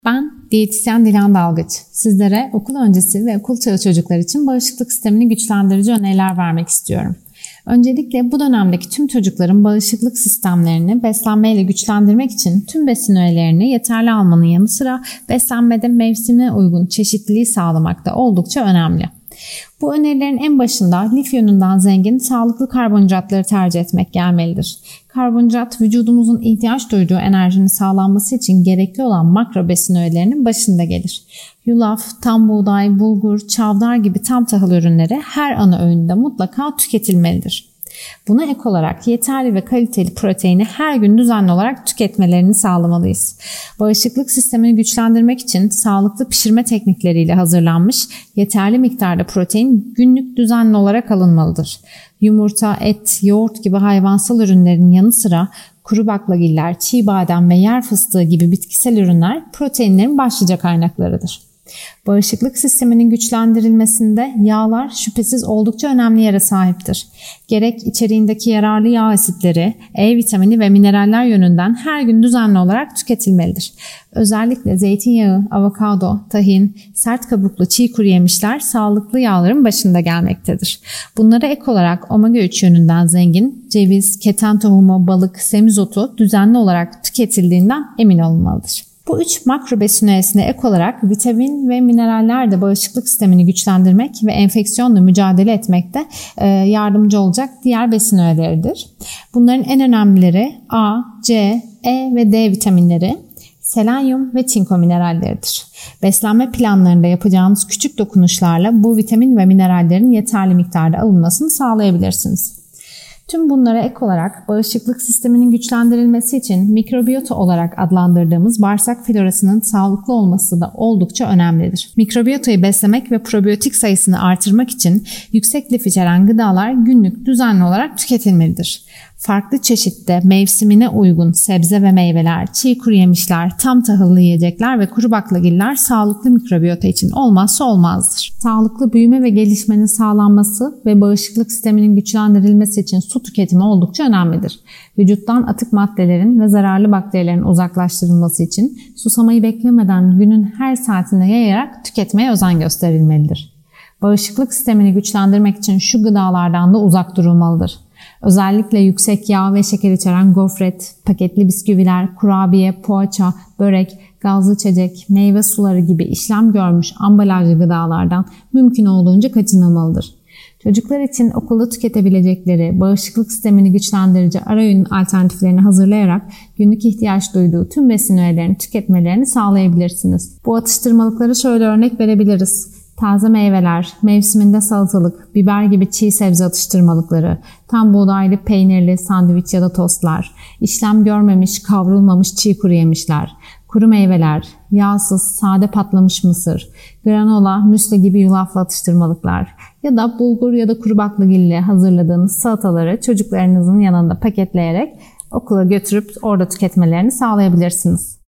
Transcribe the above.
Ben diyetisyen Dilan Dalgıç. Sizlere okul öncesi ve okul çağı çocuklar için bağışıklık sistemini güçlendirici öneriler vermek istiyorum. Öncelikle bu dönemdeki tüm çocukların bağışıklık sistemlerini beslenmeyle güçlendirmek için tüm besin öğelerini yeterli almanın yanı sıra beslenmede mevsimine uygun çeşitliliği sağlamak da oldukça önemli. Bu önerilerin en başında lif yönünden zengin sağlıklı karbonhidratları tercih etmek gelmelidir. Karbonhidrat vücudumuzun ihtiyaç duyduğu enerjinin sağlanması için gerekli olan makro besin öğelerinin başında gelir. Yulaf, tam buğday, bulgur, çavdar gibi tam tahıl ürünleri her ana öğünde mutlaka tüketilmelidir. Buna ek olarak yeterli ve kaliteli proteini her gün düzenli olarak tüketmelerini sağlamalıyız. Bağışıklık sistemini güçlendirmek için sağlıklı pişirme teknikleriyle hazırlanmış yeterli miktarda protein günlük düzenli olarak alınmalıdır. Yumurta, et, yoğurt gibi hayvansal ürünlerin yanı sıra kuru baklagiller, çiğ badem ve yer fıstığı gibi bitkisel ürünler proteinlerin başlıca kaynaklarıdır. Bağışıklık sisteminin güçlendirilmesinde yağlar şüphesiz oldukça önemli yere sahiptir. Gerek içeriğindeki yararlı yağ asitleri, E vitamini ve mineraller yönünden her gün düzenli olarak tüketilmelidir. Özellikle zeytinyağı, avokado, tahin, sert kabuklu çiğ kuru yemişler sağlıklı yağların başında gelmektedir. Bunlara ek olarak omega 3 yönünden zengin ceviz, keten tohumu, balık, semizotu düzenli olarak tüketildiğinden emin olunmalıdır. Bu üç makro besin öğesine ek olarak vitamin ve mineraller de bağışıklık sistemini güçlendirmek ve enfeksiyonla mücadele etmekte yardımcı olacak diğer besin öğeleridir. Bunların en önemlileri A, C, E ve D vitaminleri, selenyum ve çinko mineralleridir. Beslenme planlarında yapacağınız küçük dokunuşlarla bu vitamin ve minerallerin yeterli miktarda alınmasını sağlayabilirsiniz. Tüm bunlara ek olarak bağışıklık sisteminin güçlendirilmesi için mikrobiyota olarak adlandırdığımız bağırsak florasının sağlıklı olması da oldukça önemlidir. Mikrobiyotayı beslemek ve probiyotik sayısını artırmak için yüksek lif içeren gıdalar günlük düzenli olarak tüketilmelidir. Farklı çeşitte mevsimine uygun sebze ve meyveler, çiğ kuru yemişler, tam tahıllı yiyecekler ve kuru baklagiller sağlıklı mikrobiyota için olmazsa olmazdır. Sağlıklı büyüme ve gelişmenin sağlanması ve bağışıklık sisteminin güçlendirilmesi için su tüketimi oldukça önemlidir. Vücuttan atık maddelerin ve zararlı bakterilerin uzaklaştırılması için susamayı beklemeden günün her saatine yayarak tüketmeye özen gösterilmelidir. Bağışıklık sistemini güçlendirmek için şu gıdalardan da uzak durulmalıdır. Özellikle yüksek yağ ve şeker içeren gofret, paketli bisküviler, kurabiye, poğaça, börek, gazlı içecek, meyve suları gibi işlem görmüş ambalajlı gıdalardan mümkün olduğunca kaçınılmalıdır. Çocuklar için okulda tüketebilecekleri bağışıklık sistemini güçlendirici ara öğün alternatiflerini hazırlayarak günlük ihtiyaç duyduğu tüm besin öğelerini tüketmelerini sağlayabilirsiniz. Bu atıştırmalıklara şöyle örnek verebiliriz. Taze meyveler, mevsiminde salatalık, biber gibi çiğ sebze atıştırmalıkları, tam buğdaylı peynirli sandviç ya da tostlar, işlem görmemiş kavrulmamış çiğ kuru yemişler, kuru meyveler, yağsız sade patlamış mısır, granola, müsli gibi yulaflı atıştırmalıklar ya da bulgur ya da kuru baklagille hazırladığınız salataları çocuklarınızın yanında paketleyerek okula götürüp orada tüketmelerini sağlayabilirsiniz.